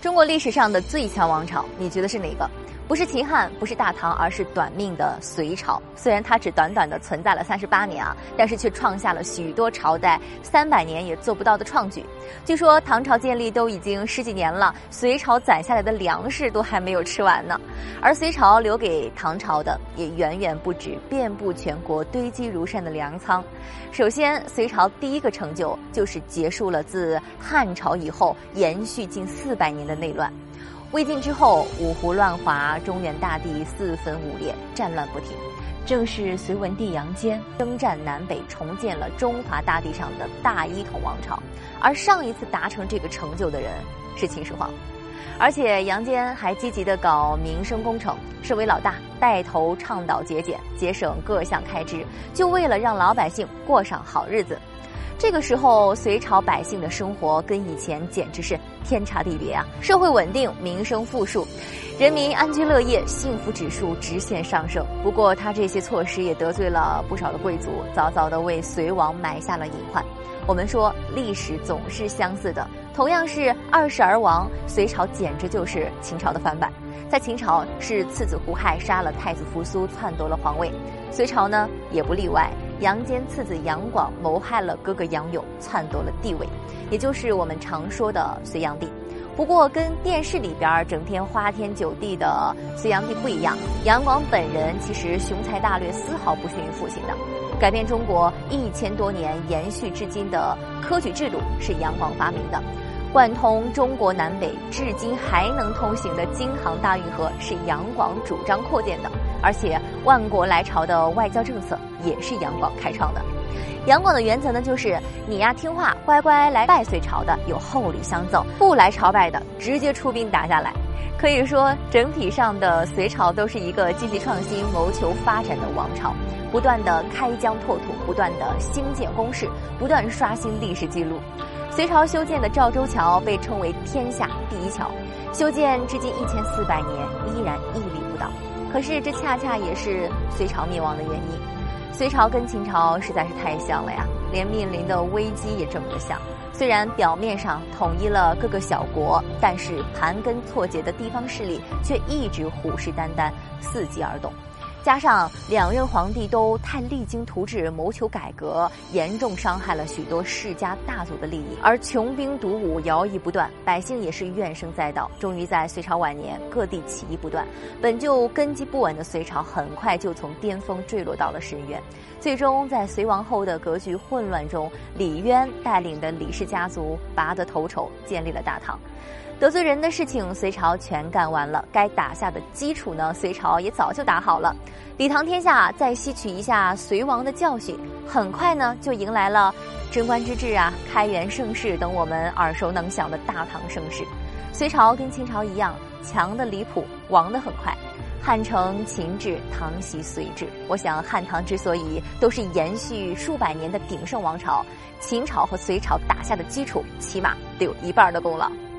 中国历史上的最强王朝，你觉得是哪个？不是秦汉，不是大唐，而是短命的隋朝。虽然它只短短的存在了38年啊，但是却创下了许多朝代300年也做不到的创举。据说唐朝建立都已经10几年了，隋朝攒下来的粮食都还没有吃完呢。而隋朝留给唐朝的也远远不止遍布全国、堆积如山的粮仓。首先，隋朝第一个成就就是结束了自汉朝以后延续近400年的内乱。魏晋之后，五胡乱华，中原大地四分五裂，战乱不停。正是隋文帝杨坚征战南北，重建了中华大地上的大一统王朝。而上一次达成这个成就的人是秦始皇。而且杨坚还积极地搞民生工程，身为老大，带头倡导节俭，节省各项开支，就为了让老百姓过上好日子。这个时候，隋朝百姓的生活跟以前简直是天差地别啊！社会稳定，民生富庶，人民安居乐业，幸福指数直线上升。不过，他这些措施也得罪了不少的贵族，早早地为隋王埋下了隐患。我们说，历史总是相似的，同样是20而亡，隋朝简直就是秦朝的翻版。在秦朝是次子胡亥杀了太子扶苏，篡夺了皇位，隋朝呢也不例外。杨坚次子杨广谋害了哥哥杨勇，篡夺了帝位，也就是我们常说的隋炀帝。不过跟电视里边整天花天酒地的隋炀帝不一样，杨广本人其实雄才大略，丝毫不逊于父亲的。改变中国1000多年延续至今的科举制度是杨广发明的，贯通中国南北至今还能通行的京杭大运河是杨广主张扩建的，而且万国来朝的外交政策也是杨广开创的。杨广的原则呢，就是你呀听话乖乖来拜隋朝的有厚礼相赠，不来朝拜的直接出兵打下来。可以说整体上的隋朝都是一个积极创新、谋求发展的王朝，不断的开疆拓土，不断的兴建工事，不断刷新历史记录。隋朝修建的赵州桥被称为天下第一桥，修建至今1400年依然屹立不倒。可是这恰恰也是隋朝灭亡的原因。隋朝跟秦朝实在是太像了呀，连面临的危机也这么的像。虽然表面上统一了各个小国，但是盘根错节的地方势力却一直虎视眈眈，伺机而动。加上2任皇帝都太励精图治，谋求改革，严重伤害了许多世家大族的利益，而穷兵黩武，徭役不断，百姓也是怨声载道。终于在隋朝晚年，各地起义不断，本就根基不稳的隋朝很快就从巅峰坠落到了深渊。最终在隋亡后的格局混乱中，李渊带领的李氏家族拔得头筹，建立了大唐。得罪人的事情隋朝全干完了，该打下的基础呢，隋朝也早就打好了。李唐天下再吸取一下隋王的教训，很快呢就迎来了贞观之治啊、开元盛世等我们耳熟能详的大唐盛世。隋朝跟秦朝一样，强的离谱，亡得很快。汉承秦制，唐袭隋制。我想汉唐之所以都是延续数百年的鼎盛王朝，秦朝和隋朝打下的基础起码得有1半的功劳。